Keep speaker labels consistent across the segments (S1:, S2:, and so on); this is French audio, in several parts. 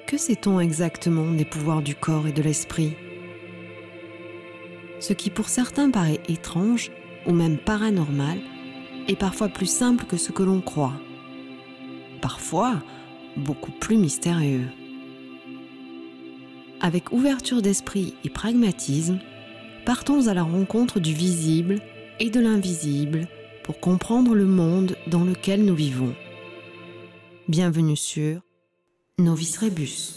S1: Que sait-on exactement des pouvoirs du corps et de l'esprit ? Ce qui pour certains paraît étrange ou même paranormal est parfois plus simple que ce que l'on croit. Parfois, beaucoup plus mystérieux. Avec ouverture d'esprit et pragmatisme, partons à la rencontre du visible et de l'invisible pour comprendre le monde dans lequel nous vivons. Bienvenue sur Novus Rebus.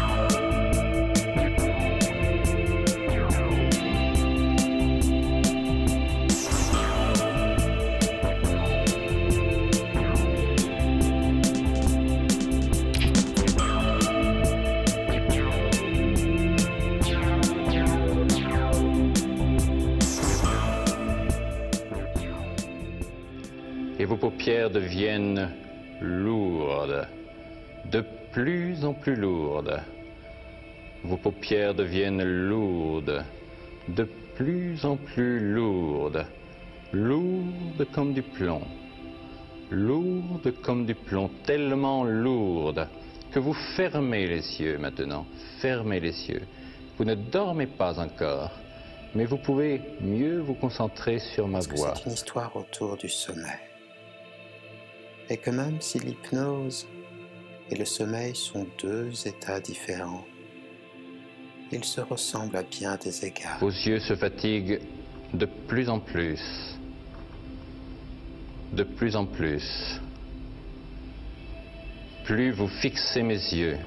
S2: Et vos paupières deviennent lourdes, de plus en plus lourdes. Vos paupières deviennent lourdes, de plus en plus lourdes, lourdes comme du plomb, lourdes comme du plomb, tellement lourdes que vous fermez les yeux maintenant, fermez les yeux. Vous ne dormez pas encore, mais vous pouvez mieux vous concentrer sur ma voix.
S3: C'est une histoire autour du sommeil. Et que même si l'hypnose et le sommeil sont deux états différents, ils se ressemblent à bien des égards.
S2: Vos yeux se fatiguent de plus en plus, de plus en plus. Plus vous fixez mes yeux,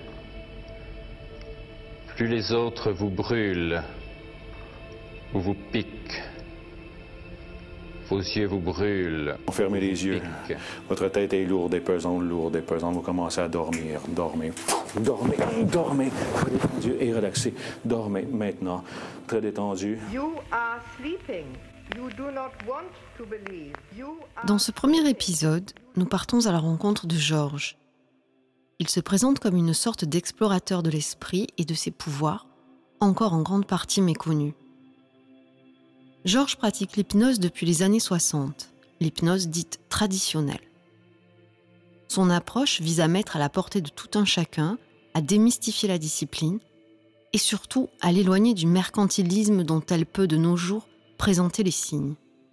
S2: plus les autres vous brûlent ou vous piquent. Vos yeux vous brûlent.
S4: Fermez les yeux.
S2: Piquent.
S4: Votre tête est lourde et pesante, lourde et pesante. Vous commencez à dormir. Dormez. Dormez. Dormez. Très détendu et relaxé. Dormez maintenant. Très détendu.
S5: You are sleeping. You do not want to believe. You are...
S1: Dans ce premier épisode, nous partons à la rencontre de Georges. Il se présente comme une sorte d'explorateur de l'esprit et de ses pouvoirs, encore en grande partie méconnus. Georges pratique l'hypnose depuis les années 60, l'hypnose dite traditionnelle. Son approche vise à mettre à la portée de tout un chacun, à démystifier la discipline et surtout à l'éloigner du mercantilisme dont elle peut de nos jours présenter les signes.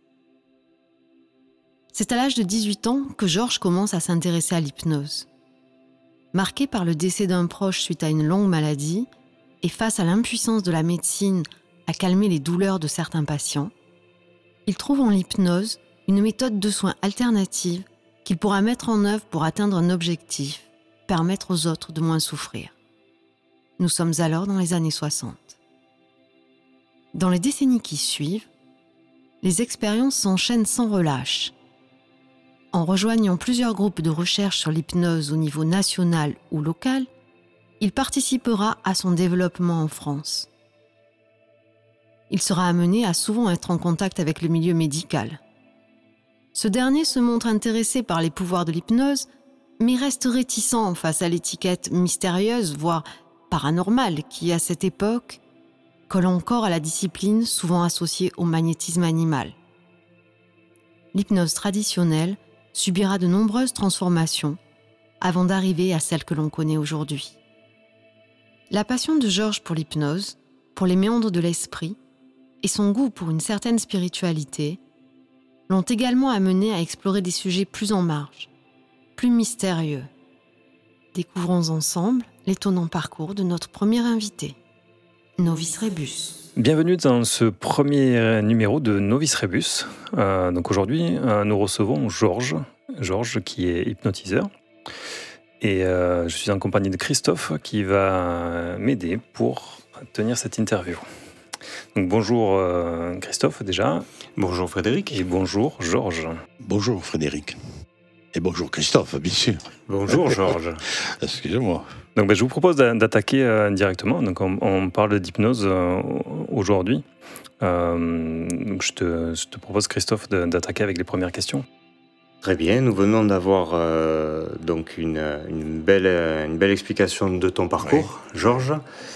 S1: C'est à l'âge de 18 ans que Georges commence à s'intéresser à l'hypnose. Marqué par le décès d'un proche suite à une longue maladie et face à l'impuissance de la médecine à calmer les douleurs de certains patients, il trouve en l'hypnose une méthode de soins alternative qu'il pourra mettre en œuvre pour atteindre un objectif, permettre aux autres de moins souffrir. Nous sommes alors dans les années 60. Dans les décennies qui suivent, les expériences s'enchaînent sans relâche. En rejoignant plusieurs groupes de recherche sur l'hypnose au niveau national ou local, il participera à son développement en France. Il sera amené à souvent être en contact avec le milieu médical. Ce dernier se montre intéressé par les pouvoirs de l'hypnose, mais reste réticent face à l'étiquette mystérieuse, voire paranormale, qui, à cette époque, colle encore à la discipline souvent associée au magnétisme animal. L'hypnose traditionnelle subira de nombreuses transformations avant d'arriver à celle que l'on connaît aujourd'hui. La passion de Georges pour l'hypnose, pour les méandres de l'esprit, et son goût pour une certaine spiritualité l'ont également amené à explorer des sujets plus en marge, plus mystérieux. Découvrons ensemble l'étonnant parcours de notre premier invité, Novus Rebus.
S6: Bienvenue dans ce premier numéro de Novus Rebus. Donc aujourd'hui, nous recevons Georges qui est hypnotiseur. Et je suis en compagnie de Christophe qui va m'aider pour tenir cette interview. Donc bonjour Christophe déjà.
S7: Bonjour Frédéric.
S6: Et bonjour Georges.
S7: Bonjour Frédéric. Et bonjour Christophe, bien sûr.
S6: Bonjour Georges.
S7: Excusez-moi.
S6: Donc je vous propose d'attaquer directement. Donc on parle d'hypnose aujourd'hui. Donc je te propose Christophe d'attaquer avec les premières questions.
S8: Très bien, nous venons d'avoir donc une belle explication de ton parcours, oui. Georges.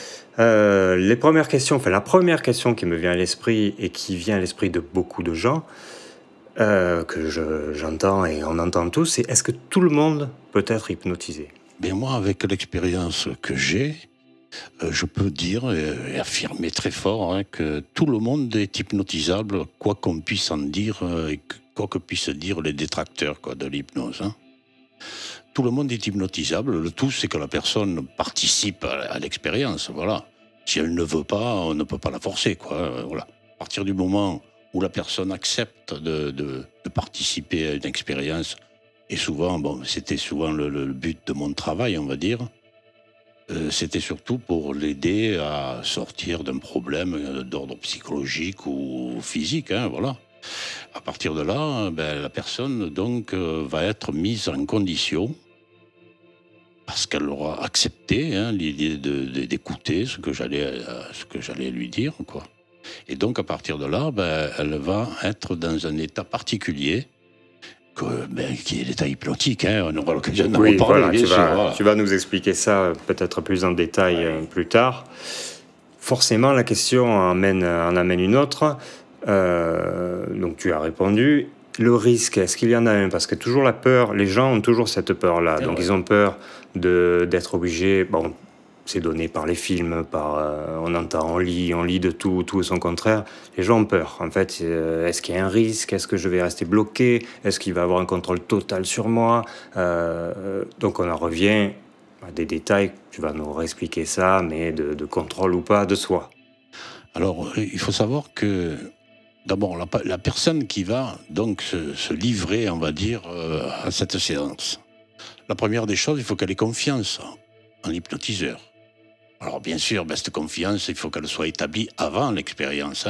S8: La première question qui me vient à l'esprit et qui vient à l'esprit de beaucoup de gens, que j'entends et on entend tous, c'est est-ce que tout le monde peut être hypnotisé ?
S7: Ben moi, avec l'expérience que j'ai, je peux dire et affirmer très fort que tout le monde est hypnotisable, quoi qu'on puisse en dire et quoi que puissent dire les détracteurs de l'hypnose. Tout le monde est hypnotisable. Le tout, c'est que la personne participe à l'expérience. Voilà. Si elle ne veut pas, on ne peut pas la forcer. Voilà. À partir du moment où la personne accepte de participer à une expérience, et souvent, c'était souvent le but de mon travail, on va dire, c'était surtout pour l'aider à sortir d'un problème d'ordre psychologique ou physique. Voilà. À partir de là, la personne donc va être mise en condition parce qu'elle aura accepté l'idée d'écouter ce que j'allais lui dire, quoi. Et donc à partir de là, elle va être dans un état particulier qui est l'état hypnotique. On aura l'occasion d'en reparler.
S8: Voilà,
S7: bien sûr.
S8: Tu vas nous expliquer ça peut-être plus en détail plus tard. Forcément, la question en amène une autre. Donc tu as répondu. Le risque, est-ce qu'il y en a un? Parce que toujours la peur, les gens ont toujours cette peur-là. Donc ils ont peur d'être obligés. Bon, c'est donné par les films, on entend, on lit de tout et son contraire. Les gens ont peur. En fait, est-ce qu'il y a un risque? Est-ce que je vais rester bloqué? Est-ce qu'il va avoir un contrôle total sur moi? Donc on en revient à des détails. Tu vas nous réexpliquer ça, mais de contrôle ou pas de soi.
S7: Alors, il faut savoir que d'abord, la personne qui va donc se livrer, on va dire, à cette séance, la première des choses, il faut qu'elle ait confiance en l'hypnotiseur. Alors bien sûr, cette confiance, il faut qu'elle soit établie avant l'expérience.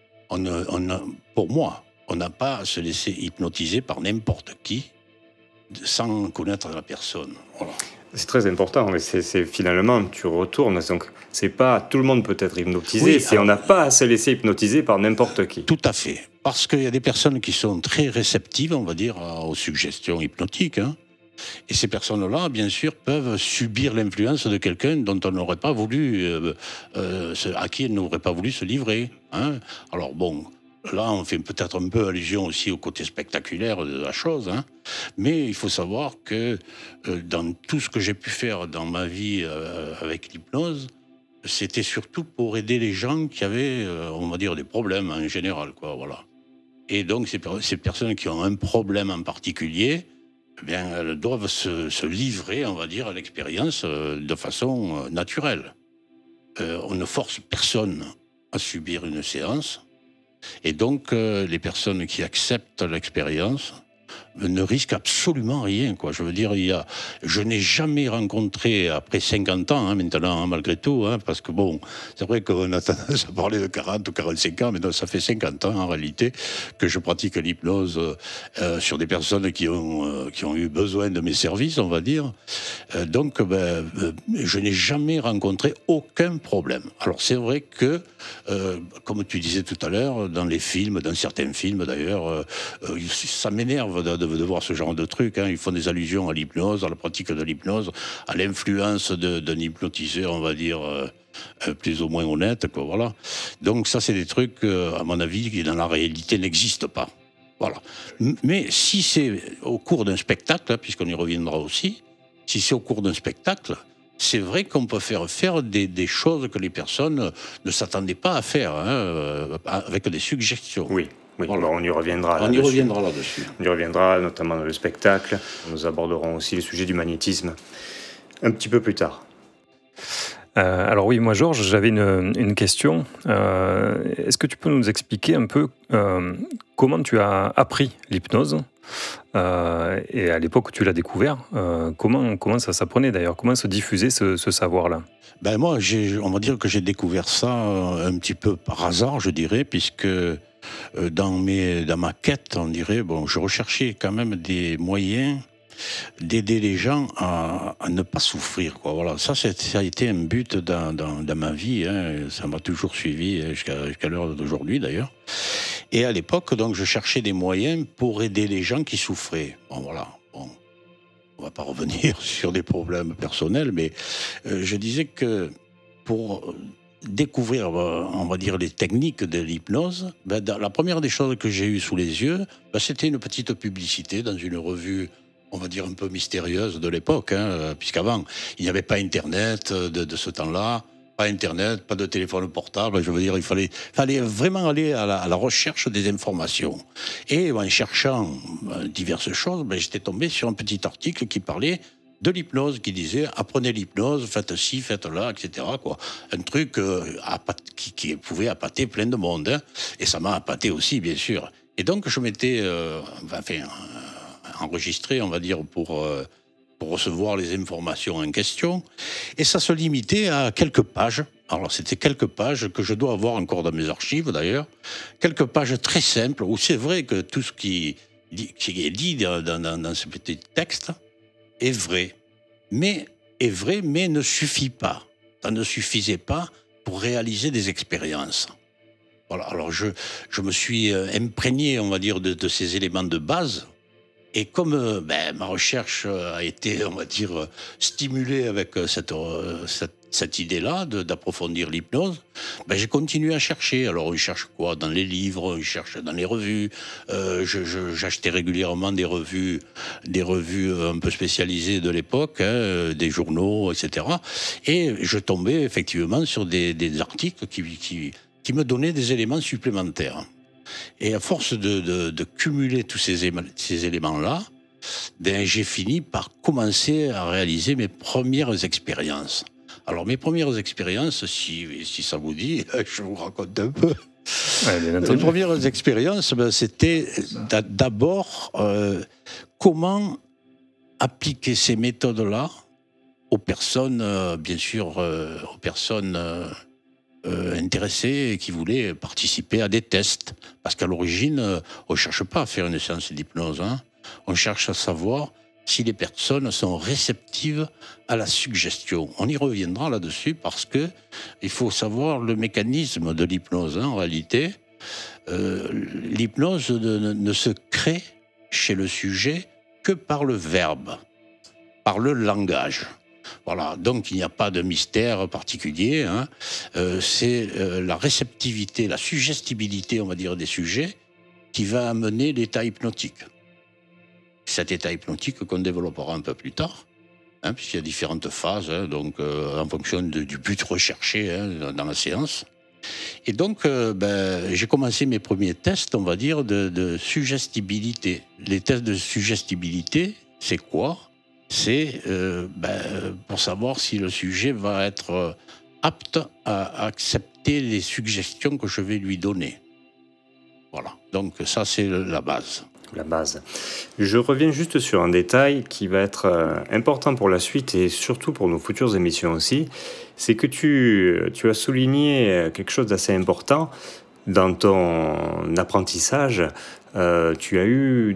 S7: Pour moi, on n'a pas à se laisser hypnotiser par n'importe qui sans connaître la personne. Voilà.
S8: C'est très important, mais c'est finalement, tu retournes, donc c'est pas tout le monde peut être hypnotisé, on n'a pas à se laisser hypnotiser par n'importe qui.
S7: Tout à fait, parce qu'il y a des personnes qui sont très réceptives, on va dire, aux suggestions hypnotiques, et ces personnes-là, bien sûr, peuvent subir l'influence de quelqu'un dont on n'aurait pas voulu, à qui elle n'aurait pas voulu se livrer. Alors bon, là, on fait peut-être un peu allusion aussi au côté spectaculaire de la chose, mais il faut savoir que dans tout ce que j'ai pu faire dans ma vie avec l'hypnose, c'était surtout pour aider les gens qui avaient, on va dire, des problèmes en général, voilà. Et donc, ces personnes qui ont un problème en particulier, elles doivent se livrer, on va dire, à l'expérience de façon naturelle. On ne force personne à subir une séance. Et donc, les personnes qui acceptent l'expérience ne risquent absolument rien, Je veux dire, je n'ai jamais rencontré, après 50 ans maintenant, malgré tout, parce que bon, c'est vrai qu'on a tendance à parler de 40 ou 45 ans, mais non, ça fait 50 ans en réalité que je pratique l'hypnose sur des personnes qui ont eu besoin de mes services, on va dire. Donc, je n'ai jamais rencontré aucun problème. Alors, c'est vrai que, comme tu disais tout à l'heure, dans certains films d'ailleurs, ça m'énerve de voir ce genre de trucs. Ils font des allusions à l'hypnose, à la pratique de l'hypnose, à l'influence d'un hypnotiseur, on va dire, plus ou moins honnête, voilà. Donc ça, c'est des trucs, à mon avis, qui dans la réalité n'existent pas. Voilà. Mais si c'est au cours d'un spectacle, puisqu'on y reviendra aussi, si c'est au cours d'un spectacle, c'est vrai qu'on peut faire des choses que les personnes ne s'attendaient pas à faire, avec des suggestions.
S8: Oui. Voilà. On y reviendra
S7: là-dessus.
S8: On y reviendra notamment dans le spectacle. Nous aborderons aussi le sujet du magnétisme un petit peu plus tard.
S6: Alors oui, moi Georges, j'avais une question. Est-ce que tu peux nous expliquer un peu comment tu as appris l'hypnose et à l'époque où tu l'as découvert, comment ça s'apprenait d'ailleurs? Comment se diffusait ce savoir-là?
S7: Moi, on va dire que j'ai découvert ça un petit peu par hasard, je dirais, puisque dans ma quête, on dirait, je recherchais quand même des moyens d'aider les gens à ne pas souffrir, Voilà, ça a été un but dans ma vie, ça m'a toujours suivi jusqu'à l'heure d'aujourd'hui d'ailleurs. Et à l'époque, donc, je cherchais des moyens pour aider les gens qui souffraient. Voilà. On va pas revenir sur des problèmes personnels, mais je disais que pour découvrir, on va dire, les techniques de l'hypnose, la première des choses que j'ai eues sous les yeux, c'était une petite publicité dans une revue on va dire, un peu mystérieuse de l'époque, puisqu'avant, il n'y avait pas Internet de ce temps-là, pas Internet, pas de téléphone portable. Je veux dire, il fallait vraiment aller à la recherche des informations. Et en cherchant diverses choses, j'étais tombé sur un petit article qui parlait de l'hypnose, qui disait « apprenez l'hypnose, faites ci, faites là, etc. » quoi. Un truc qui pouvait appâter plein de monde. Et ça m'a appâté aussi, bien sûr. Et donc, je m'étais enregistré, on va dire, pour recevoir les informations en question. Et ça se limitait à quelques pages. Alors, c'était quelques pages que je dois avoir encore dans mes archives, d'ailleurs. Quelques pages très simples, où c'est vrai que tout ce qui est dit dans ce petit texte est vrai. Mais ne suffit pas. Ça ne suffisait pas pour réaliser des expériences. Voilà. Alors, je me suis imprégné, on va dire, de ces éléments de base. Et comme ma recherche a été, on va dire, stimulée avec cette idée-là d'approfondir l'hypnose, j'ai continué à chercher. Alors on cherche quoi? Dans les livres, on cherche dans les revues. J'achetais régulièrement des revues un peu spécialisées de l'époque, des journaux, etc. Et je tombais effectivement sur des articles qui me donnaient des éléments supplémentaires. Et à force de cumuler tous ces éléments-là, j'ai fini par commencer à réaliser mes premières expériences. Alors, mes premières expériences, si ça vous dit, je vous raconte un peu. Ouais, bien entendu. Les premières expériences, c'était d'abord comment appliquer ces méthodes-là aux personnes, bien sûr, aux personnes intéressés et qui voulaient participer à des tests. Parce qu'à l'origine, on ne cherche pas à faire une séance d'hypnose. On cherche à savoir si les personnes sont réceptives à la suggestion. On y reviendra là-dessus parce qu'il faut savoir le mécanisme de l'hypnose. En réalité, l'hypnose ne se crée chez le sujet que par le verbe, par le langage. Voilà, donc il n'y a pas de mystère particulier. C'est la réceptivité, la suggestibilité, on va dire, des sujets qui va amener l'état hypnotique. Cet état hypnotique qu'on développera un peu plus tard, puisqu'il y a différentes phases, donc en fonction du but recherché dans la séance. Et donc, j'ai commencé mes premiers tests, on va dire, de suggestibilité. Les tests de suggestibilité, c'est quoi ? C'est pour savoir si le sujet va être apte à accepter les suggestions que je vais lui donner. Voilà, donc ça c'est la base.
S8: La base. Je reviens juste sur un détail qui va être important pour la suite et surtout pour nos futures émissions aussi. C'est que tu as souligné quelque chose d'assez important dans ton apprentissage. Tu as eu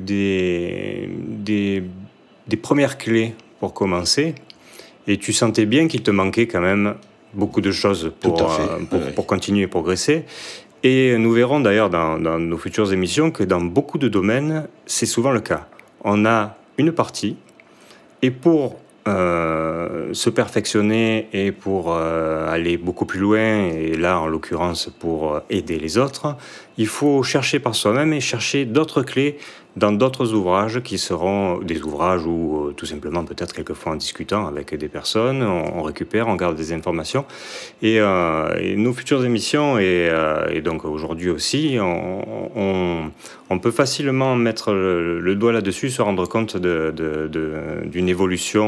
S8: des premières clés pour commencer et tu sentais bien qu'il te manquait quand même beaucoup de choses pour continuer et progresser. Et nous verrons d'ailleurs dans nos futures émissions que dans beaucoup de domaines, c'est souvent le cas. On a une partie et pour se perfectionner et pour aller beaucoup plus loin, et là en l'occurrence pour aider les autres, il faut chercher par soi-même et chercher d'autres clés dans d'autres ouvrages qui seront des ouvrages où tout simplement peut-être quelquefois en discutant avec des personnes, on récupère, on garde des informations et nos futures émissions et donc aujourd'hui aussi, on peut facilement mettre le doigt là-dessus, se rendre compte d'une évolution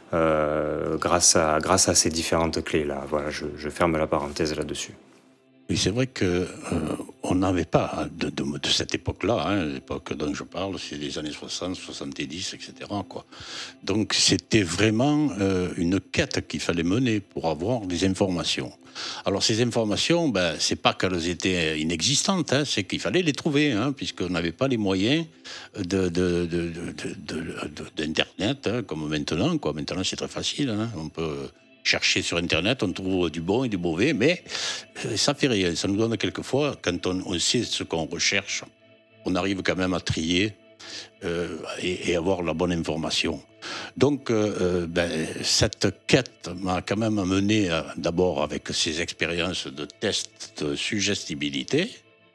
S8: grâce à ces différentes clés-là. Voilà, je ferme la parenthèse là-dessus.
S7: Oui, c'est vrai qu'on n'avait pas de cette époque-là, l'époque dont je parle, c'est les années 60, 70, etc. quoi. Donc c'était vraiment une quête qu'il fallait mener pour avoir des informations. Alors ces informations, c'est pas qu'elles étaient inexistantes, c'est qu'il fallait les trouver, puisqu'on n'avait pas les moyens d'Internet, comme maintenant. Quoi. Maintenant c'est très facile, on peut chercher sur Internet, on trouve du bon et du mauvais, mais ça fait rien. Ça nous donne quelquefois, quand on sait ce qu'on recherche, on arrive quand même à trier et avoir la bonne information. Donc, cette quête m'a quand même amené, d'abord avec ces expériences de test de suggestibilité,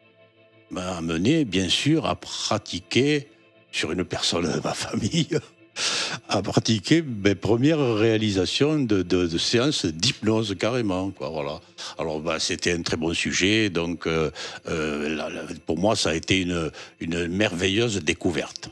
S7: m'a amené, bien sûr, à pratiquer sur une personne de ma famille, à pratiquer mes premières réalisations de séances d'hypnose carrément, quoi, voilà. Alors c'était un très bon sujet, donc pour moi ça a été une merveilleuse découverte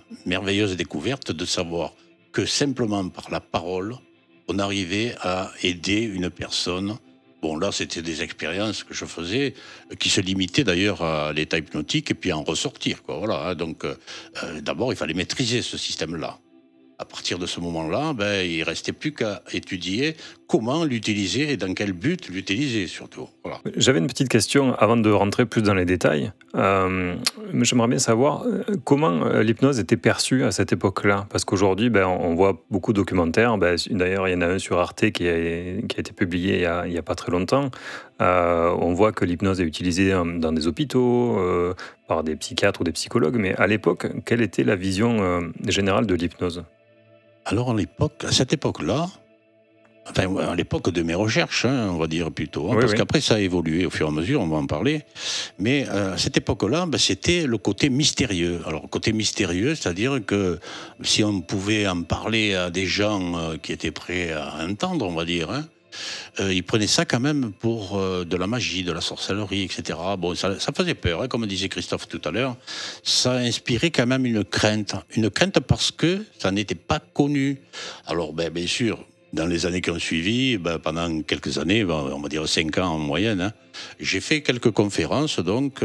S7: de savoir que simplement par la parole on arrivait à aider une personne. Bon, là, c'était des expériences que je faisais qui se limitaient d'ailleurs à l'état hypnotique et puis à en ressortir, quoi. Voilà, hein. Donc, d'abord, il fallait maîtriser ce système-là. À partir de ce moment-là, il ne restait plus qu'à étudier comment l'utiliser et dans quel but l'utiliser, surtout. Voilà.
S6: J'avais une petite question avant de rentrer plus dans les détails. J'aimerais bien savoir comment l'hypnose était perçue à cette époque-là. Parce qu'aujourd'hui, on voit beaucoup de documentaires. D'ailleurs, il y en a un sur Arte qui a été publié il n'y a pas très longtemps. On voit que l'hypnose est utilisée dans des hôpitaux, par des psychiatres ou des psychologues. Mais à l'époque, quelle était la vision générale de l'hypnose ?
S7: Alors, à cette époque-là, enfin, à l'époque de mes recherches, hein, on va dire plutôt, hein, parce qu'après ça a évolué au fur et à mesure, on va en parler, mais à cette époque-là, c'était le côté mystérieux. Alors, le côté mystérieux, c'est-à-dire que si on pouvait en parler à des gens qui étaient prêts à entendre, on va dire, hein, ils prenaient ça quand même pour de la magie, de la sorcellerie, etc. Bon, ça faisait peur, hein, comme disait Christophe tout à l'heure. Ça inspirait quand même une crainte parce que ça n'était pas connu. Alors, bien sûr, dans les années qui ont suivi, pendant quelques années, on va dire 5 ans en moyenne, hein, j'ai fait quelques conférences, donc,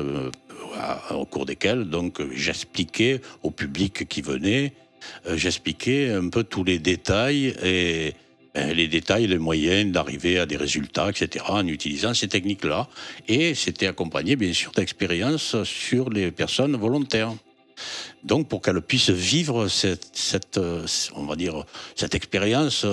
S7: au cours desquelles donc, j'expliquais au public qui venait, j'expliquais un peu tous les détails et les moyens d'arriver à des résultats, etc., en utilisant ces techniques-là. Et c'était accompagné, bien sûr, d'expériences sur les personnes volontaires. Donc, pour qu'elles puissent vivre cette expérience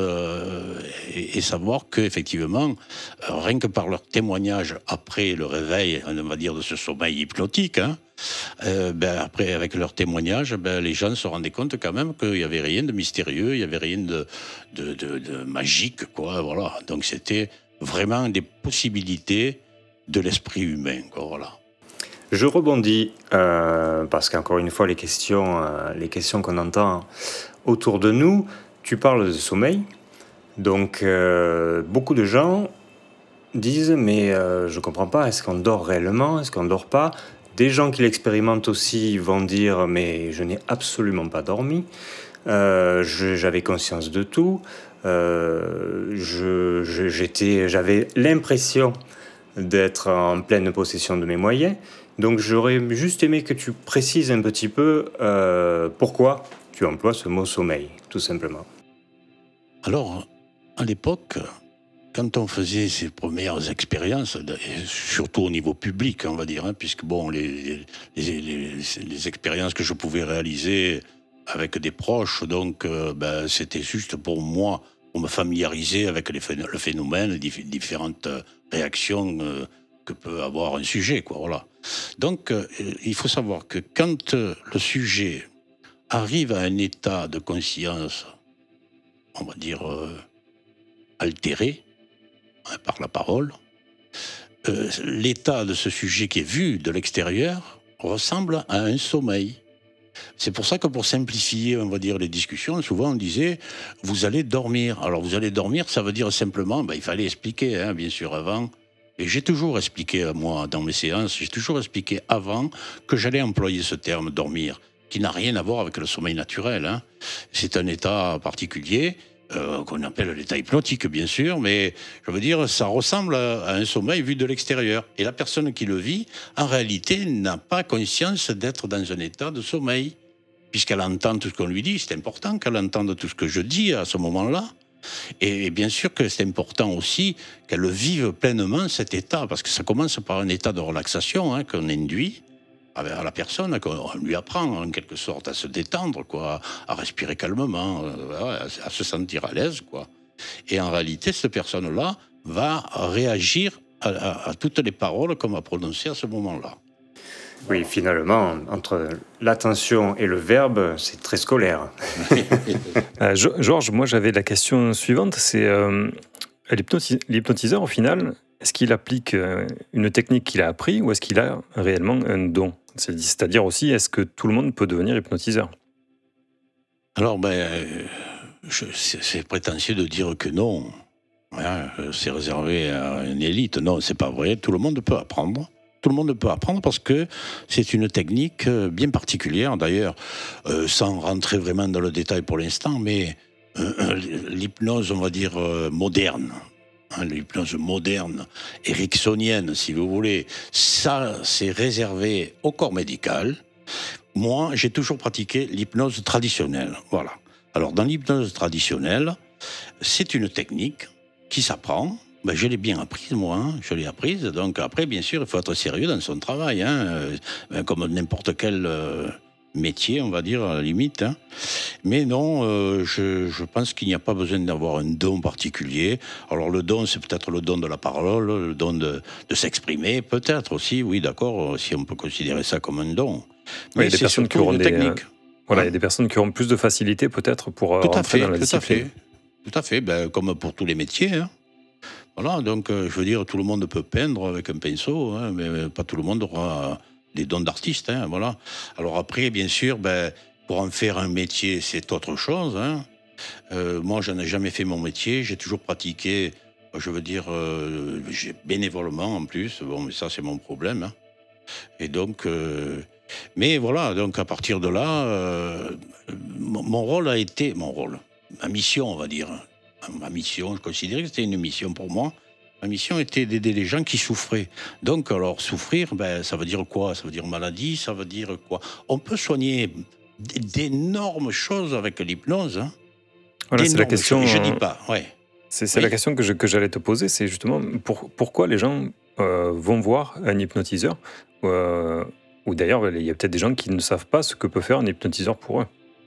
S7: et savoir qu'effectivement, rien que par leur témoignage après le réveil, on va dire, de ce sommeil hypnotique, hein, après, avec leur témoignage, les gens se rendaient compte quand même qu'il n'y avait rien de mystérieux, il n'y avait rien de magique, quoi, voilà. Donc, c'était vraiment des possibilités de l'esprit humain, quoi, voilà.
S8: Je rebondis parce qu'encore une fois, les questions qu'on entend autour de nous, tu parles de sommeil. Donc, beaucoup de gens disent mais je ne comprends pas, est-ce qu'on dort réellement, est-ce qu'on ne dort pas ? Des gens qui l'expérimentent aussi vont dire mais je n'ai absolument pas dormi, j'avais conscience de tout, j'avais l'impression d'être en pleine possession de mes moyens. Donc j'aurais juste aimé que tu précises un petit peu pourquoi tu emploies ce mot sommeil, tout simplement.
S7: Alors, à l'époque, quand on faisait ces premières expériences, surtout au niveau public, on va dire, hein, puisque bon, les expériences que je pouvais réaliser avec des proches, donc c'était juste pour moi, pour me familiariser avec le phénomène, les différentes réactions que peut avoir un sujet, quoi, voilà. Donc, il faut savoir que quand le sujet arrive à un état de conscience, on va dire, altéré, hein, par la parole, l'état de ce sujet qui est vu de l'extérieur ressemble à un sommeil. C'est pour ça que pour simplifier, on va dire, les discussions, souvent on disait « vous allez dormir ». Alors, vous allez dormir, ça veut dire simplement, il fallait expliquer, hein, bien sûr, avant. Et j'ai toujours expliqué, moi, dans mes séances, j'ai toujours expliqué avant que j'allais employer ce terme « dormir », qui n'a rien à voir avec le sommeil naturel, hein. C'est un état particulier, qu'on appelle l'état hypnotique, bien sûr, mais je veux dire, ça ressemble à un sommeil vu de l'extérieur. Et la personne qui le vit, en réalité, n'a pas conscience d'être dans un état de sommeil, puisqu'elle entend tout ce qu'on lui dit. C'est important qu'elle entende tout ce que je dis à ce moment-là. Et bien sûr que c'est important aussi qu'elle vive pleinement cet état, parce que ça commence par un état de relaxation, hein, qu'on induit à la personne, qu'on lui apprend en quelque sorte à se détendre, quoi, à respirer calmement, à se sentir à l'aise, quoi. Et en réalité, cette personne-là va réagir à toutes les paroles qu'on va prononcer à ce moment-là.
S8: Oui, finalement, entre l'attention et le verbe, c'est très scolaire.
S6: Georges, moi j'avais la question suivante, c'est l'hypnotiseur au final, est-ce qu'il applique une technique qu'il a appris ou est-ce qu'il a réellement un don ? C'est-à-dire aussi, est-ce que tout le monde peut devenir hypnotiseur ?
S7: Alors, c'est prétentieux de dire que non. C'est réservé à une élite. Non, c'est pas vrai. Tout le monde peut apprendre. Tout le monde peut apprendre parce que c'est une technique bien particulière. D'ailleurs, sans rentrer vraiment dans le détail pour l'instant, mais l'hypnose, on va dire, moderne, l'hypnose moderne, ericksonienne, si vous voulez, ça, c'est réservé au corps médical. Moi, j'ai toujours pratiqué l'hypnose traditionnelle. Voilà. Alors, dans l'hypnose traditionnelle, c'est une technique qui s'apprend. Je l'ai bien apprise, moi. Je l'ai apprise. Donc, après, bien sûr, il faut être sérieux dans son travail. Comme n'importe quel métier, on va dire, à la limite. Mais non, je pense qu'il n'y a pas besoin d'avoir un don particulier. Alors, le don, c'est peut-être le don de la parole, le don de s'exprimer, peut-être aussi, oui, d'accord, si on peut considérer ça comme un don. Mais
S6: il y a des personnes qui auront
S7: une technique.
S6: Voilà, il y a des personnes qui auront plus de facilité, peut-être, pour rentrer dans la discipline.
S7: Tout à fait, comme pour tous les métiers. Voilà, donc je veux dire, tout le monde peut peindre avec un pinceau, mais pas tout le monde aura des dons d'artiste. Voilà. Alors après, bien sûr, pour en faire un métier, c'est autre chose. Moi, je n'ai jamais fait mon métier, j'ai toujours pratiqué, je veux dire, bénévolement en plus. Bon, mais ça, c'est mon problème. Et donc, mais voilà, donc à partir de là, mon rôle a été, ma mission, on va dire. Ma mission, je considérais que c'était une mission pour moi. Ma mission était d'aider les gens qui souffraient. Donc, alors, souffrir, ça veut dire quoi? Ça veut dire maladie, ça veut dire quoi? On peut soigner d'énormes choses avec l'hypnose.
S6: Voilà, c'est la question.
S7: Je dis pas, ouais.
S6: C'est la question que j'allais te poser, c'est justement pourquoi les gens vont voir un hypnotiseur ou d'ailleurs, il y a peut-être des gens qui ne savent pas ce que peut faire un hypnotiseur pour eux.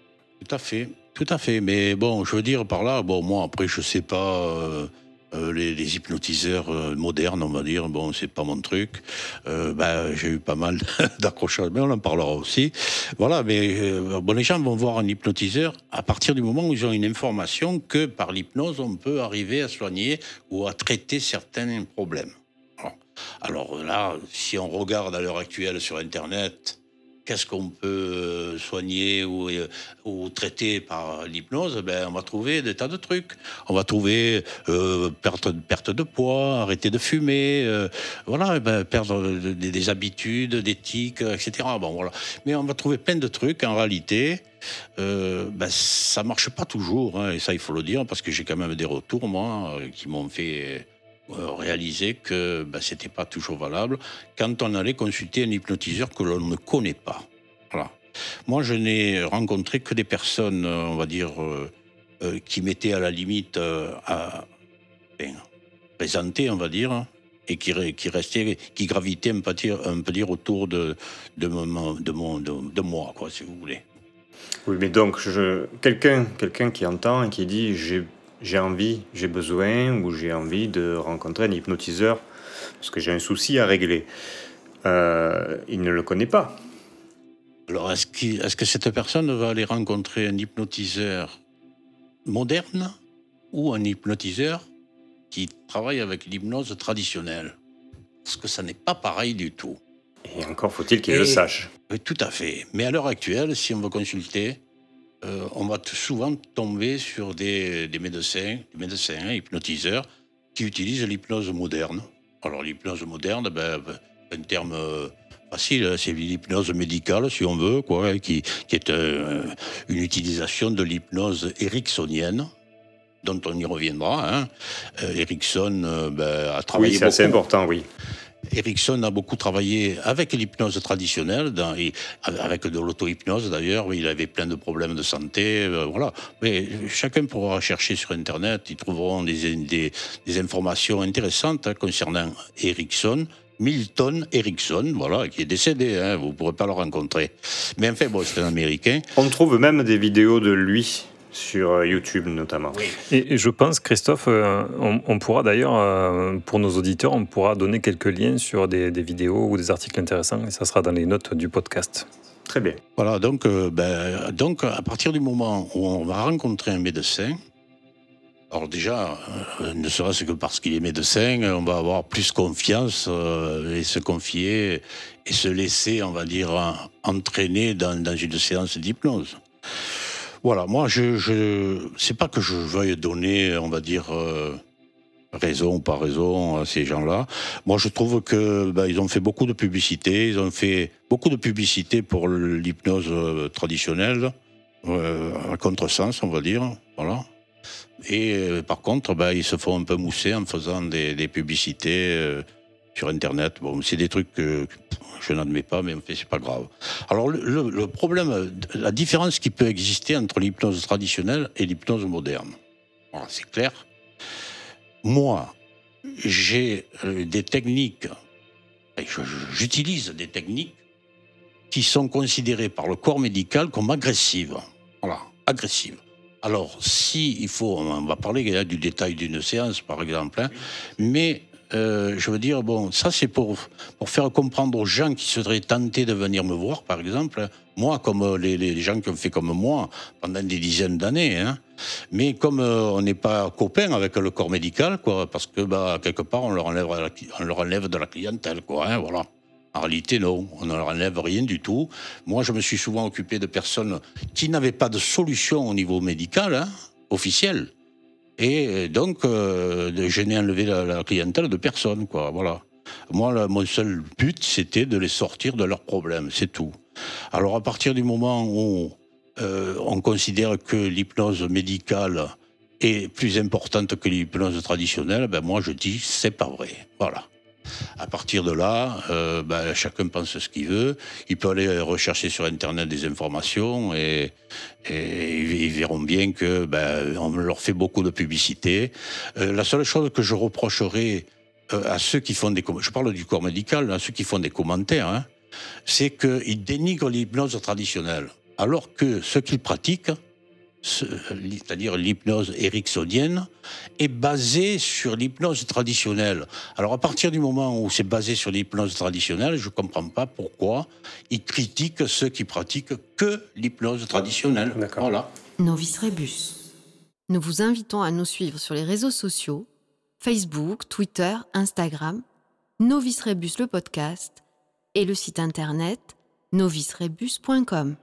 S7: Tout à fait. Mais bon, je veux dire par là, moi après, je sais pas, les hypnotiseurs modernes, on va dire, c'est pas mon truc. J'ai eu pas mal d'accrochages, mais on en parlera aussi. Voilà, mais les gens vont voir un hypnotiseur à partir du moment où ils ont une information que par l'hypnose, on peut arriver à soigner ou à traiter certains problèmes. Alors là, si on regarde à l'heure actuelle sur Internet, qu'est-ce qu'on peut soigner ou traiter par l'hypnose? On va trouver des tas de trucs. On va trouver perte de poids, arrêter de fumer, perdre des habitudes, des tics, etc. Voilà. Mais on va trouver plein de trucs. En réalité, ça marche pas toujours. Et ça, il faut le dire, parce que j'ai quand même des retours, moi, qui m'ont fait réaliser que c'était pas toujours valable quand on allait consulter un hypnotiseur que l'on ne connaît pas. Voilà. Moi, je n'ai rencontré que des personnes, on va dire, qui m'étaient à la limite présentées, on va dire, et qui gravitaient, on peut dire autour de moi, quoi, si vous voulez.
S8: Oui, mais donc, quelqu'un qui entend et qui dit j'ai envie, j'ai besoin ou j'ai envie de rencontrer un hypnotiseur parce que j'ai un souci à régler. Il ne le connaît pas.
S7: Alors, est-ce que cette personne va aller rencontrer un hypnotiseur moderne ou un hypnotiseur qui travaille avec l'hypnose traditionnelle? Parce que ça n'est pas pareil du tout.
S8: Et encore faut-il qu'il le sache.
S7: Oui, tout à fait. Mais à l'heure actuelle, si on veut consulter, on va souvent tomber sur des médecins, hypnotiseurs, qui utilisent l'hypnose moderne. Alors l'hypnose moderne, un terme facile, c'est l'hypnose médicale, si on veut, quoi, qui est une utilisation de l'hypnose ericksonienne, dont on y reviendra. Erickson a travaillé beaucoup.
S8: Oui, c'est assez important, oui.
S7: Erickson a beaucoup travaillé avec l'hypnose traditionnelle, avec de l'auto-hypnose d'ailleurs. Il avait plein de problèmes de santé, voilà. Mais chacun pourra chercher sur Internet, ils trouveront des informations intéressantes concernant Erickson. Milton Erickson, voilà, qui est décédé, vous ne pourrez pas le rencontrer. Mais enfin, c'est un Américain.
S8: On trouve même des vidéos de lui sur YouTube notamment.
S7: Oui.
S6: Et je pense, Christophe, on pourra d'ailleurs, pour nos auditeurs, on pourra donner quelques liens sur des vidéos ou des articles intéressants, et ça sera dans les notes du podcast.
S8: Très bien.
S7: Voilà, donc à partir du moment où on va rencontrer un médecin, alors déjà, ne serait-ce que parce qu'il est médecin, on va avoir plus confiance et se confier et se laisser, on va dire, entraîner dans une séance d'hypnose. Voilà, moi, c'est pas que je veuille donner, on va dire, raison ou pas raison à ces gens-là. Moi, je trouve que ils ont fait beaucoup de publicité. Ils ont fait beaucoup de publicité pour l'hypnose traditionnelle, à contresens, on va dire. Voilà. Et par contre, ils se font un peu mousser en faisant des publicités sur Internet. Bon, c'est des trucs que je n'admets pas, mais en fait, c'est pas grave. Alors, le problème, la différence qui peut exister entre l'hypnose traditionnelle et l'hypnose moderne. Voilà, c'est clair. Moi, j'ai des techniques, j'utilise des techniques qui sont considérées par le corps médical comme agressives. Voilà, agressives. Alors, si il faut, on va parler du détail d'une séance, par exemple, mais je veux dire, bon, ça c'est pour faire comprendre aux gens qui seraient tentés de venir me voir, par exemple, moi, comme les gens qui ont fait comme moi pendant des dizaines d'années, hein. Mais comme on n'est pas copains avec le corps médical, quoi, parce que quelque part on leur enlève de la clientèle, quoi, hein, voilà. En réalité, non, on ne leur enlève rien du tout. Moi, je me suis souvent occupé de personnes qui n'avaient pas de solution au niveau médical, hein, officiel. Et donc, je n'ai enlevé la clientèle de personne, quoi, voilà. Moi, mon seul but, c'était de les sortir de leurs problèmes, c'est tout. Alors, à partir du moment où on considère que l'hypnose médicale est plus importante que l'hypnose traditionnelle, moi, je dis, c'est pas vrai, voilà. À partir de là, chacun pense ce qu'il veut. Il peut aller rechercher sur Internet des informations et ils verront bien que on leur fait beaucoup de publicité. La seule chose que je reprocherais à ceux qui font je parle du corps médical, à ceux qui font des commentaires, hein, c'est qu'ils dénigrent l'hypnose traditionnelle, alors que ce qu'ils pratiquent, c'est-à-dire l'hypnose ericksonienne, est basée sur l'hypnose traditionnelle. Alors à partir du moment où c'est basé sur l'hypnose traditionnelle, je ne comprends pas pourquoi ils critiquent ceux qui pratiquent que l'hypnose traditionnelle.
S8: D'accord.
S7: Voilà.
S1: Novice Rebus. Nous vous invitons à nous suivre sur les réseaux sociaux, Facebook, Twitter, Instagram, Novice Rebus le podcast et le site internet novicerebus.com.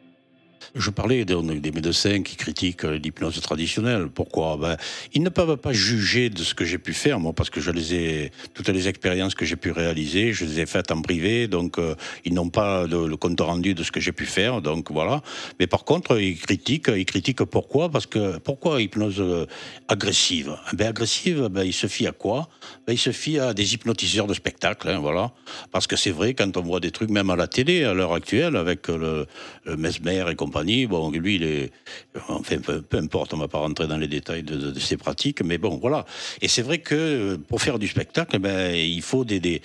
S7: Je parlais des médecins qui critiquent l'hypnose traditionnelle. Pourquoi ? Ils ne peuvent pas juger de ce que j'ai pu faire, moi, parce que toutes les expériences que j'ai pu réaliser, je les ai faites en privé, donc ils n'ont pas le compte rendu de ce que j'ai pu faire, donc voilà. Mais par contre, ils critiquent pourquoi ? Parce que pourquoi hypnose agressive ? Agressive, il se fie à quoi ? Il se fie à des hypnotiseurs de spectacle, hein, voilà. Parce que c'est vrai, quand on voit des trucs, même à la télé, à l'heure actuelle, avec le Mesmer et compagnie, bon, lui, il est... Enfin, peu importe, on ne va pas rentrer dans les détails de ses pratiques, mais bon, voilà. Et c'est vrai que pour faire du spectacle, il faut des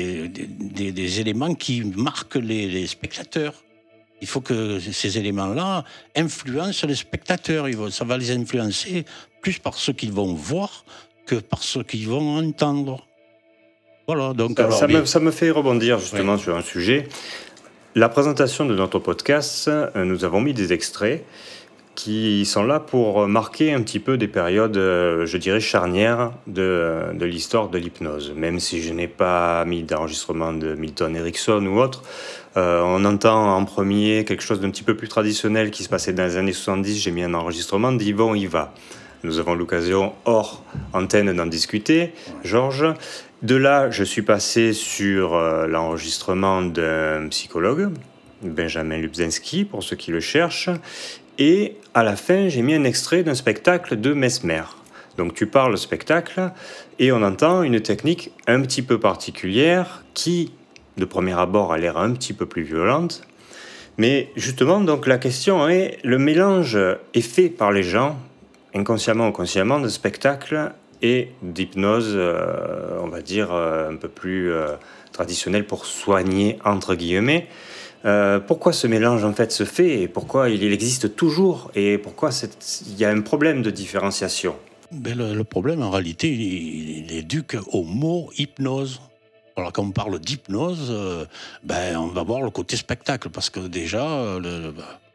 S7: éléments qui marquent les spectateurs. Il faut que ces éléments-là influencent les spectateurs. Ça va les influencer plus par ce qu'ils vont voir que par ce qu'ils vont entendre. Voilà, donc...
S8: Ça me fait rebondir justement sur un sujet. La présentation de notre podcast, nous avons mis des extraits qui sont là pour marquer un petit peu des périodes, je dirais, charnières de l'histoire de l'hypnose. Même si je n'ai pas mis d'enregistrement de Milton Erickson ou autre, on entend en premier quelque chose d'un petit peu plus traditionnel qui se passait dans les années 70. J'ai mis un enregistrement d'Yvon Hiva. Nous avons l'occasion, hors antenne, d'en discuter. Georges, de là, je suis passé sur l'enregistrement d'un psychologue, Benjamin Lubzinski, pour ceux qui le cherchent. Et à la fin, j'ai mis un extrait d'un spectacle de Mesmer. Donc tu parles spectacle et on entend une technique un petit peu particulière qui, de premier abord, a l'air un petit peu plus violente. Mais justement, donc la question est, le mélange est fait par les gens, inconsciemment ou consciemment, de spectacle et d'hypnose, on va dire, un peu plus traditionnelle pour soigner, entre guillemets. Pourquoi ce mélange en fait se fait et pourquoi il existe toujours et pourquoi il y a un problème de différenciation ?
S7: Le problème, en réalité, il est dû au mot hypnose. Alors, quand on parle d'hypnose, on va voir le côté spectacle, parce que déjà,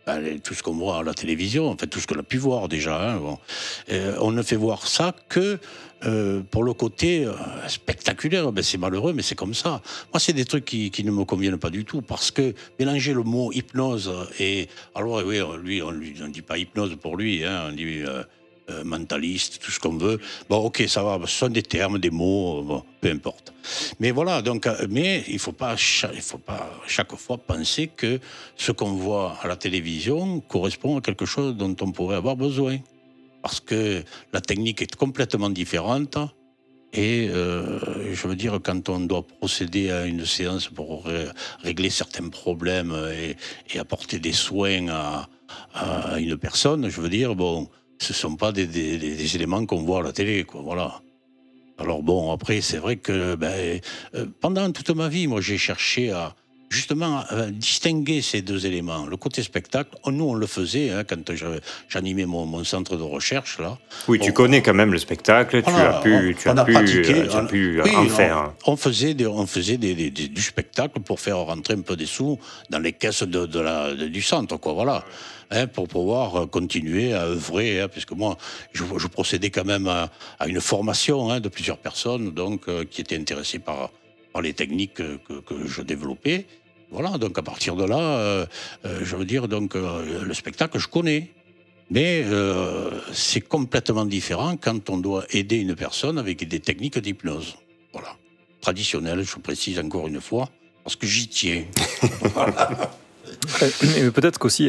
S7: tout ce qu'on voit à la télévision, en fait, tout ce qu'on a pu voir déjà. Hein, bon. On ne fait voir ça que pour le côté spectaculaire. Ben, c'est malheureux, mais c'est comme ça. Moi, c'est des trucs qui ne me conviennent pas du tout, parce que mélanger le mot hypnose et... Alors oui, lui, on ne dit pas hypnose pour lui, hein, on dit... mentaliste, tout ce qu'on veut. Bon, ok, ça va, ce sont des termes, des mots, bon, peu importe. Mais voilà, donc, mais il ne faut pas chaque fois penser que ce qu'on voit à la télévision correspond à quelque chose dont on pourrait avoir besoin. Parce que la technique est complètement différente. Et je veux dire, quand on doit procéder à une séance pour régler certains problèmes et apporter des soins à une personne, je veux dire, bon... Ce ne sont pas des éléments qu'on voit à la télé, quoi, voilà. Alors bon, après, c'est vrai que pendant toute ma vie, moi, j'ai cherché à distinguer ces deux éléments. Le côté spectacle, nous, on le faisait hein, quand j'animais mon centre de recherche, là.
S8: Oui, tu connais quand même le spectacle,
S7: voilà,
S8: tu as pu en faire.
S7: On faisait du spectacle pour faire rentrer un peu des sous dans les caisses du centre, quoi, voilà. Hein, pour pouvoir continuer à œuvrer, hein, puisque moi, je procédais quand même à une formation hein, de plusieurs personnes donc, qui étaient intéressées par les techniques que je développais. Voilà, donc à partir de là, je veux dire, donc, le spectacle, je connais. Mais c'est complètement différent quand on doit aider une personne avec des techniques d'hypnose. Voilà. Traditionnelles, je précise encore une fois, parce que j'y tiens. Voilà.
S6: Mais peut-être qu'aussi,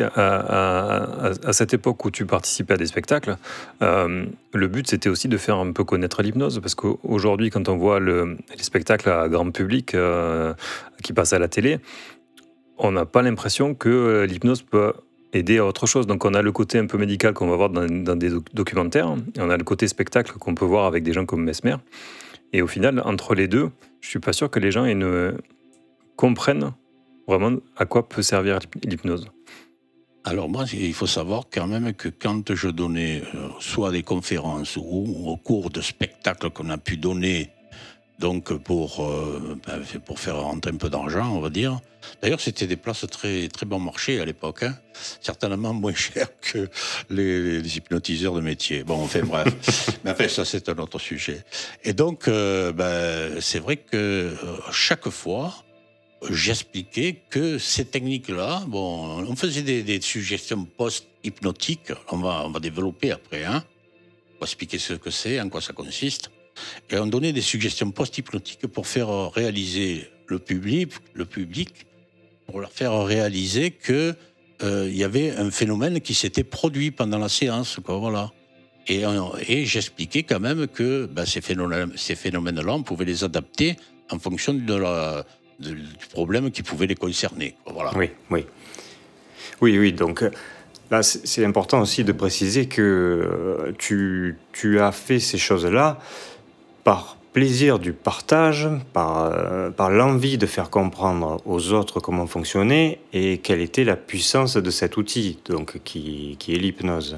S6: à cette époque où tu participais à des spectacles, le but, c'était aussi de faire un peu connaître l'hypnose. Parce qu'aujourd'hui, quand on voit les spectacles à grand public qui passent à la télé, on n'a pas l'impression que l'hypnose peut aider à autre chose. Donc on a le côté un peu médical qu'on va voir dans des documentaires, et on a le côté spectacle qu'on peut voir avec des gens comme Mesmer. Et au final, entre les deux, je ne suis pas sûr que les gens comprennent vraiment à quoi peut servir l'hypnose.
S7: Alors moi, il faut savoir quand même que quand je donnais soit des conférences ou au cours de spectacles qu'on a pu donner donc pour faire rentrer un peu d'argent, on va dire. D'ailleurs, c'était des places très, très bon marché à l'époque, hein. Certainement moins chères que les hypnotiseurs de métier. Bon, enfin bref. Mais enfin, ça, c'est un autre sujet. Et donc, c'est vrai que chaque fois, j'expliquais que ces techniques-là, bon, on faisait des suggestions post-hypnotiques, on va développer après, hein. On va expliquer ce que c'est, en quoi ça consiste. Et on donnait des suggestions post-hypnotiques pour faire réaliser le public, pour leur faire réaliser que il y avait un phénomène qui s'était produit pendant la séance, quoi, voilà. Et j'expliquais quand même que ces phénomènes-là, on pouvait les adapter en fonction du problème qui pouvait les concerner, quoi, voilà.
S8: Oui, donc là, c'est important aussi de préciser que tu as fait ces choses-là par plaisir du partage, par l'envie de faire comprendre aux autres comment fonctionner et quelle était la puissance de cet outil, donc qui est l'hypnose.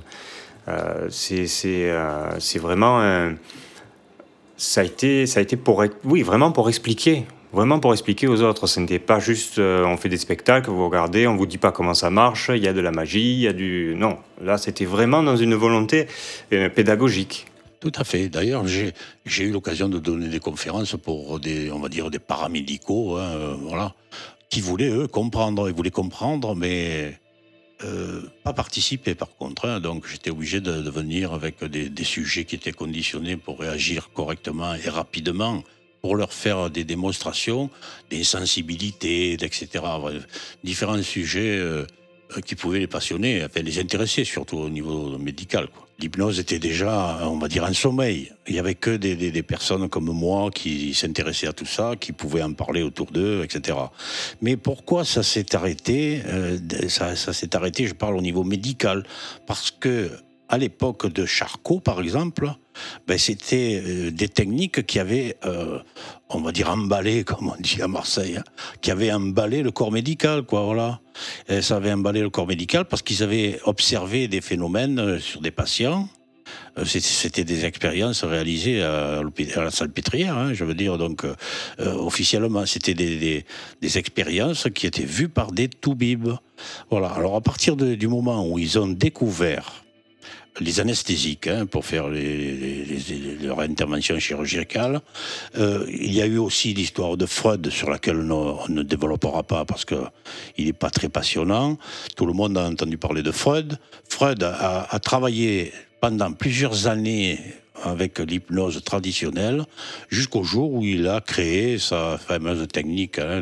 S8: C'est vraiment ça a été vraiment pour expliquer. Vraiment pour expliquer aux autres. Ce n'était pas juste on fait des spectacles, vous regardez, on vous dit pas comment ça marche, il y a de la magie, il y a du... Non, là c'était vraiment dans une volonté pédagogique.
S7: Tout à fait. D'ailleurs, j'ai eu l'occasion de donner des conférences pour des paramédicaux, hein, voilà, qui voulaient, eux, comprendre. Ils voulaient comprendre, mais pas participer, par contre. Hein. Donc, j'étais obligé de venir avec des sujets qui étaient conditionnés pour réagir correctement et rapidement, pour leur faire des démonstrations, des sensibilités, etc. Différents sujets qui pouvaient les passionner, enfin les intéresser, surtout au niveau médical, quoi. L'hypnose était déjà, on va dire, un sommeil. Il n'y avait que des personnes comme moi qui s'intéressaient à tout ça, qui pouvaient en parler autour d'eux, etc. Mais pourquoi ça s'est arrêté ça s'est arrêté, je parle au niveau médical, parce que à l'époque de Charcot, par exemple, c'était des techniques qui avaient, on va dire, emballé, comme on dit à Marseille, hein, qui avaient emballé le corps médical, quoi, voilà. Et ça avait emballé le corps médical parce qu'ils avaient observé des phénomènes sur des patients C'était des expériences réalisées à la Salpêtrière, hein, je veux dire. Donc, officiellement, c'était des expériences qui étaient vues par des toubibs. Voilà. Alors, à partir du moment où ils ont découvert les anesthésiques, hein, pour faire leurs interventions chirurgicales. Il y a eu aussi l'histoire de Freud, sur laquelle on ne développera pas parce qu'il n'est pas très passionnant. Tout le monde a entendu parler de Freud. Freud a travaillé pendant plusieurs années avec l'hypnose traditionnelle, jusqu'au jour où il a créé sa fameuse technique, hein,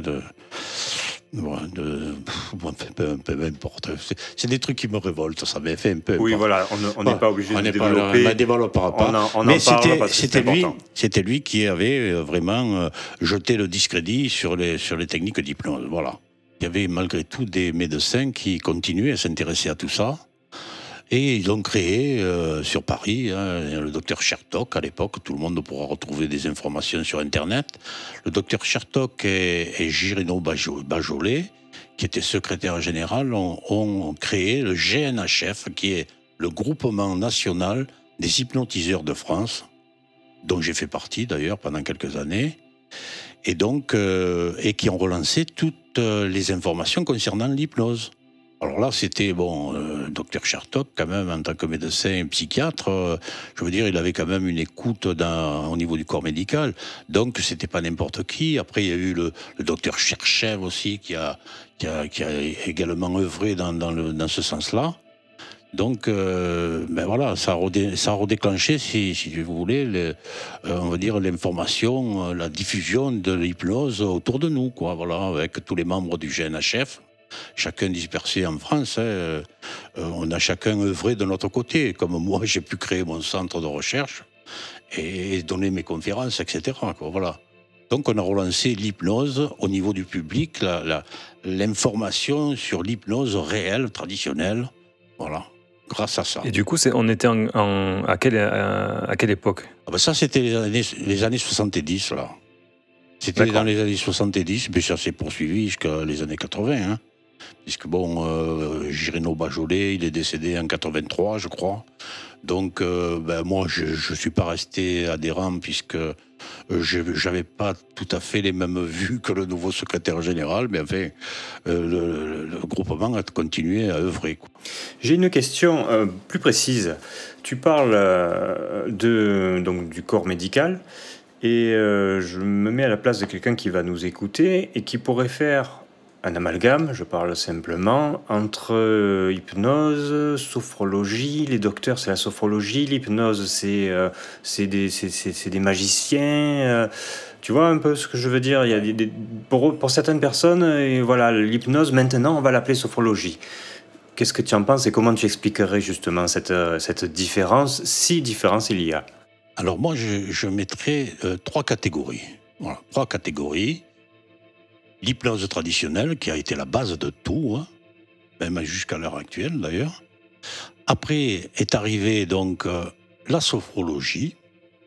S7: peu importe. C'est des trucs qui me révoltent, ça m'est fait un peu.
S8: Oui, voilà, on n'est pas obligé de développer.
S7: On ne développera pas.
S8: Mais
S7: c'était lui qui avait vraiment jeté le discrédit sur les techniques d'hypnose. Voilà. Il y avait malgré tout des médecins qui continuaient à s'intéresser à tout ça. Et ils ont créé sur Paris, hein, le docteur Chertok, à l'époque, tout le monde pourra retrouver des informations sur Internet. Le docteur Chertok et Girino Bajolet, qui était secrétaire général, ont créé le GNHF, qui est le groupement national des hypnotiseurs de France, dont j'ai fait partie d'ailleurs pendant quelques années, et donc et qui ont relancé toutes les informations concernant l'hypnose. Alors là, c'était, docteur Chertok, quand même, en tant que médecin et psychiatre, je veux dire, il avait quand même une écoute au niveau du corps médical. Donc, c'était pas n'importe qui. Après, il y a eu le docteur Cherchev aussi, qui a également œuvré dans ce sens-là. Donc, voilà, ça a redéclenché, si vous voulez, on va dire, l'information, la diffusion de l'hypnose autour de nous, quoi, voilà, avec tous les membres du GNHF. Chacun dispersé en France, hein, on a chacun œuvré de notre côté. Comme moi, j'ai pu créer mon centre de recherche et donner mes conférences, etc. Quoi, voilà. Donc on a relancé l'hypnose au niveau du public, l'information sur l'hypnose réelle, traditionnelle, voilà, grâce à ça.
S6: Et du coup, on était à quelle époque ?
S7: Ça, c'était les années 70, là. C'était dans les années 70, puis ça s'est poursuivi jusqu'à les années 80, hein. Puisque Girino Bajolet, il est décédé en 83, je crois. Donc, moi, je ne suis pas resté adhérent puisque je n'avais pas tout à fait les mêmes vues que le nouveau secrétaire général, mais enfin, le groupement a continué à œuvrer, quoi.
S8: J'ai une question plus précise. Tu parles du corps médical et je me mets à la place de quelqu'un qui va nous écouter et qui pourrait faire un amalgame, je parle simplement, entre hypnose, sophrologie. Les docteurs, c'est la sophrologie. L'hypnose, c'est des magiciens. Tu vois un peu ce que je veux dire ? Il y a pour certaines personnes, et voilà, l'hypnose, maintenant, on va l'appeler sophrologie. Qu'est-ce que tu en penses et comment tu expliquerais justement cette différence, si différence il y a ?
S7: Alors moi, je mettrais 3 catégories. Voilà, 3 catégories. L'hypnose traditionnelle, qui a été la base de tout, hein, même jusqu'à l'heure actuelle d'ailleurs. Après est arrivée donc la sophrologie,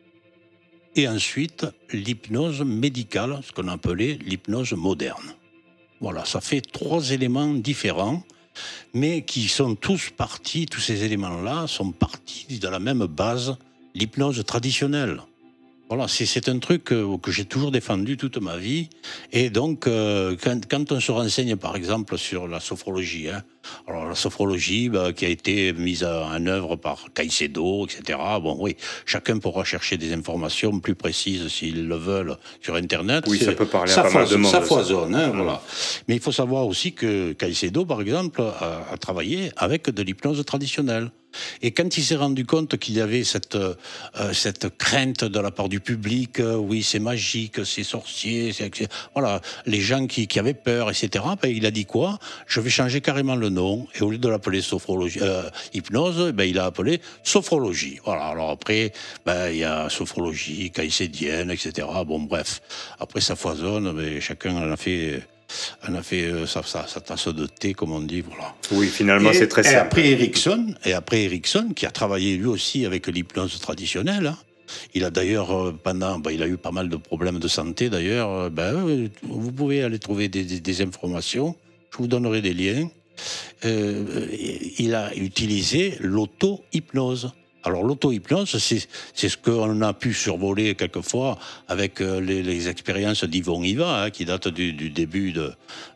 S7: et ensuite l'hypnose médicale, ce qu'on appelait l'hypnose moderne. Voilà, ça fait 3 éléments différents, mais qui sont tous ces éléments-là sont partis de la même base, l'hypnose traditionnelle. Voilà, c'est un truc que j'ai toujours défendu toute ma vie. Et donc, quand on se renseigne, par exemple, sur la sophrologie, hein, alors la sophrologie qui a été mise en œuvre par Caicedo, etc. Bon, oui, chacun pourra chercher des informations plus précises s'ils le veulent sur Internet.
S8: Oui, ça peut parler à pas mal de monde.
S7: Ça foisonne, hein, voilà. Mais il faut savoir aussi que Caicedo, par exemple, a travaillé avec de l'hypnose traditionnelle. Et quand il s'est rendu compte qu'il y avait cette crainte de la part du public, oui, c'est magique, c'est sorcier, voilà, les gens qui avaient peur, etc., il a dit quoi ? Je vais changer carrément le nom, et au lieu de l'appeler hypnose, il a appelé sophrologie. Voilà, alors après, il y a sophrologie, caïcédienne, etc., bon, bref. Après, ça foisonne, mais chacun en a fait sa tasse de thé, comme on dit, voilà.
S8: Oui, finalement, c'est très simple.
S7: Et après Erickson, qui a travaillé lui aussi avec l'hypnose traditionnelle, hein. Il a d'ailleurs, il a eu pas mal de problèmes de santé, d'ailleurs. Vous pouvez aller trouver des informations, je vous donnerai des liens. Il a utilisé l'auto-hypnose. Alors l'auto-hypnose, c'est ce qu'on a pu survoler quelquefois avec les expériences d'Yvon Hiva, hein, qui datent du début de...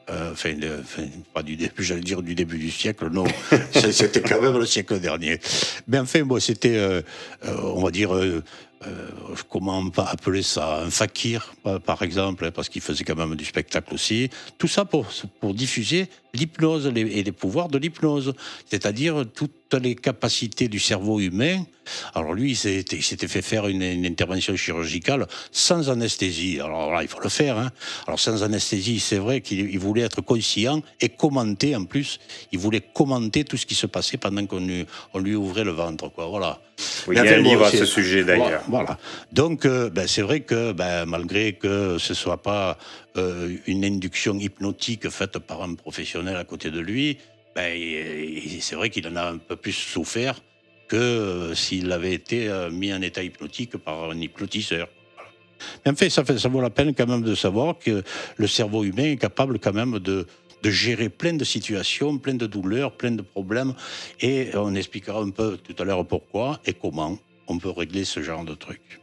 S7: pas du début, j'allais dire du début du siècle, non, c'était quand même le siècle dernier. Mais enfin, bon, c'était, on va dire... comment on peut appeler ça, un fakir, par exemple, hein, parce qu'il faisait quand même du spectacle aussi. Tout ça pour diffuser l'hypnose et les pouvoirs de l'hypnose, c'est-à-dire toutes les capacités du cerveau humain. Alors lui, il s'était fait faire une intervention chirurgicale sans anesthésie. Alors là, il faut le faire. Hein. Alors sans anesthésie, c'est vrai qu'il voulait être conscient et commenter en plus. Il voulait commenter tout ce qui se passait pendant qu'on lui ouvrait le ventre, quoi. Voilà.
S8: Oui, il y a un livre à ce sujet d'ailleurs.
S7: Voilà. Donc, c'est vrai que malgré que ce ne soit pas une induction hypnotique faite par un professionnel à côté de lui, c'est vrai qu'il en a un peu plus souffert que s'il avait été mis en état hypnotique par un hypnotiseur. Voilà. Mais en fait, ça vaut la peine quand même de savoir que le cerveau humain est capable quand même de gérer plein de situations, plein de douleurs, plein de problèmes. Et on expliquera un peu tout à l'heure pourquoi et comment on peut régler ce genre de trucs.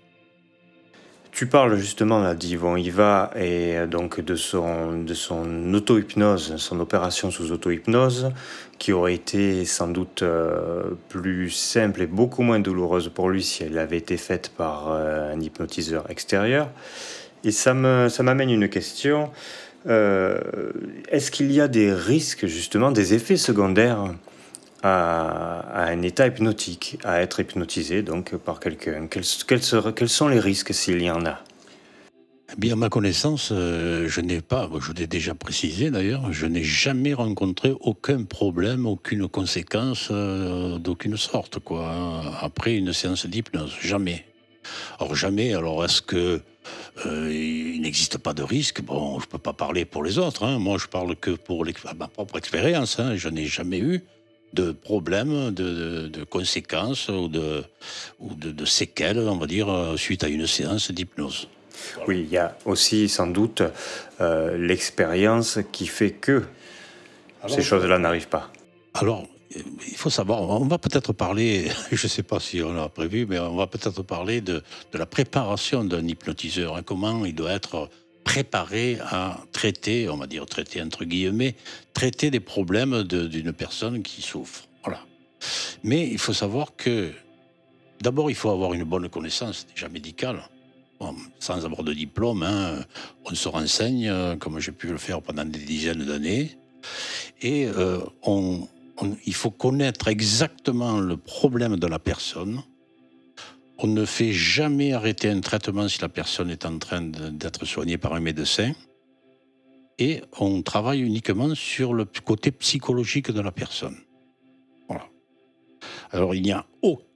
S8: Tu parles justement là d'Yvon Hiva et donc de son auto-hypnose, son opération sous auto-hypnose, qui aurait été sans doute plus simple et beaucoup moins douloureuse pour lui si elle avait été faite par un hypnotiseur extérieur. Et ça m'amène une question. Est-ce qu'il y a des risques, justement, des effets secondaires à un état hypnotique, à être hypnotisé donc par quelqu'un? Quels sont les risques s'il y en a?
S7: Eh bien, à ma connaissance, je l'ai déjà précisé d'ailleurs, je n'ai jamais rencontré aucun problème, aucune conséquence d'aucune sorte, quoi, hein, après une séance d'hypnose. Jamais. Or, jamais, alors est-ce que il n'existe pas de risque? Bon, je ne peux pas parler pour les autres, hein. Moi je parle que pour ma propre expérience, hein. Je n'ai jamais eu de problème, de conséquences ou de séquelles, on va dire, suite à une séance d'hypnose. Voilà.
S8: Oui, il y a aussi sans doute l'expérience qui fait que ces choses-là n'arrivent pas.
S7: Alors, il faut savoir, on va peut-être parler, je ne sais pas si on l'a prévu, mais on va peut-être parler de la préparation d'un hypnotiseur, hein, comment il doit être préparé à traiter, on va dire traiter entre guillemets, traiter des problèmes d'une personne qui souffre. Voilà. Mais il faut savoir que, d'abord, il faut avoir une bonne connaissance déjà médicale. Bon, sans avoir de diplôme, hein, on se renseigne, comme j'ai pu le faire pendant des dizaines d'années, et il faut connaître exactement le problème de la personne. On ne fait jamais arrêter un traitement si la personne est en train d'être soignée par un médecin. Et on travaille uniquement sur le côté psychologique de la personne. Voilà. Alors, il n'y a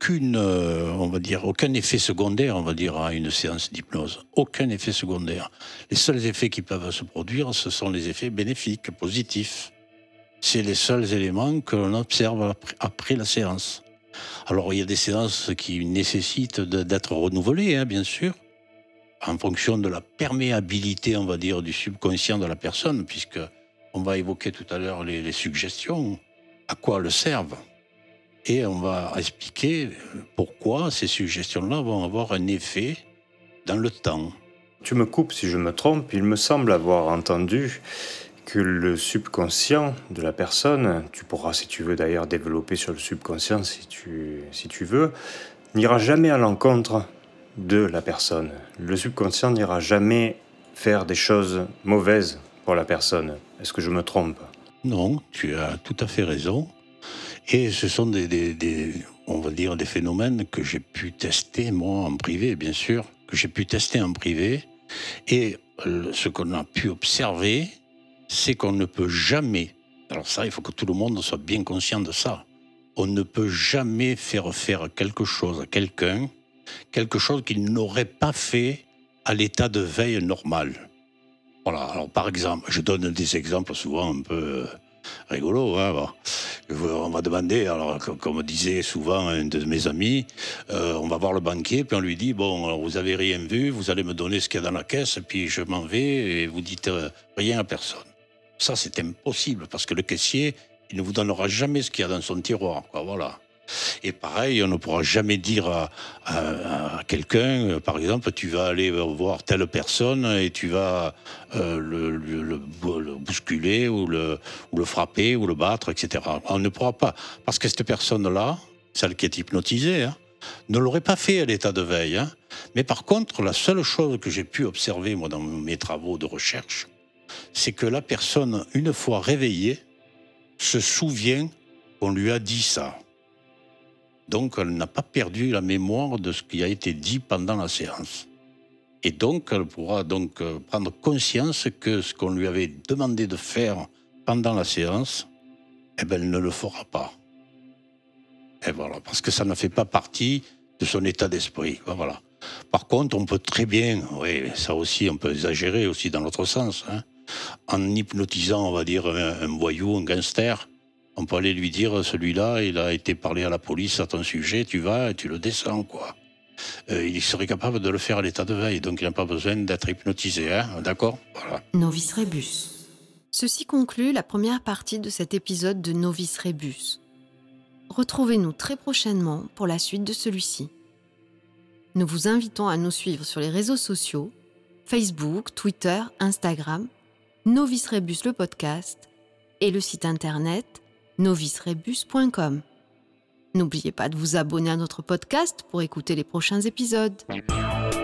S7: aucun effet secondaire, on va dire, à une séance d'hypnose. Aucun effet secondaire. Les seuls effets qui peuvent se produire, ce sont les effets bénéfiques, positifs. C'est les seuls éléments que l'on observe après la séance. Alors, il y a des séances qui nécessitent d'être renouvelées, hein, bien sûr, en fonction de la perméabilité, on va dire, du subconscient de la personne, puisque on va évoquer tout à l'heure les suggestions, à quoi elles servent. Et on va expliquer pourquoi ces suggestions-là vont avoir un effet dans le temps.
S8: Tu me coupes si je me trompe, il me semble avoir entendu que le subconscient de la personne, tu pourras si tu veux d'ailleurs développer sur le subconscient si tu veux, n'ira jamais à l'encontre de la personne. Le subconscient n'ira jamais faire des choses mauvaises pour la personne. Est-ce que je me trompe?
S7: Non, tu as tout à fait raison. Et ce sont on va dire, des phénomènes que j'ai pu tester, moi, en privé, bien sûr, que j'ai pu tester en privé. Et ce qu'on a pu observer, c'est qu'on ne peut jamais, alors ça, il faut que tout le monde soit bien conscient de ça, on ne peut jamais faire quelque chose à quelqu'un, quelque chose qu'il n'aurait pas fait à l'état de veille normal. Voilà, alors par exemple, je donne des exemples souvent un peu rigolos, hein, bon. On va demander, alors comme disait souvent un de mes amis, on va voir le banquier, puis on lui dit, bon, alors, vous avez rien vu, vous allez me donner ce qu'il y a dans la caisse, puis je m'en vais et vous dites rien à personne. Ça, c'est impossible, parce que le caissier, il ne vous donnera jamais ce qu'il y a dans son tiroir, quoi, voilà. Et pareil, on ne pourra jamais dire à quelqu'un, par exemple, tu vas aller voir telle personne et tu vas le bousculer ou le frapper ou le battre, etc. On ne pourra pas. Parce que cette personne-là, celle qui est hypnotisée, ne l'aurait pas fait à l'état de veille. Mais par contre, la seule chose que j'ai pu observer, moi, dans mes travaux de recherche, c'est que la personne, une fois réveillée, se souvient qu'on lui a dit ça. Donc, elle n'a pas perdu la mémoire de ce qui a été dit pendant la séance. Et donc, elle pourra donc prendre conscience que ce qu'on lui avait demandé de faire pendant la séance, elle ne le fera pas. Et voilà, parce que ça ne fait pas partie de son état d'esprit. Voilà. Par contre, on peut très bien, oui, ça aussi, on peut exagérer aussi dans l'autre sens, en hypnotisant, on va dire, un voyou, un gangster, on peut aller lui dire, celui-là, il a été parlé à la police à ton sujet, tu vas et tu le descends, quoi. Il serait capable de le faire à l'état de veille, donc il n'a pas besoin d'être hypnotisé, d'accord ? Voilà.
S1: Novice Rebus. Ceci conclut la première partie de cet épisode de Novice Rebus. Retrouvez-nous très prochainement pour la suite de celui-ci. Nous vous invitons à nous suivre sur les réseaux sociaux, Facebook, Twitter, Instagram, Novice Rebus le podcast et le site internet novicerebus.com. N'oubliez pas de vous abonner à notre podcast pour écouter les prochains épisodes.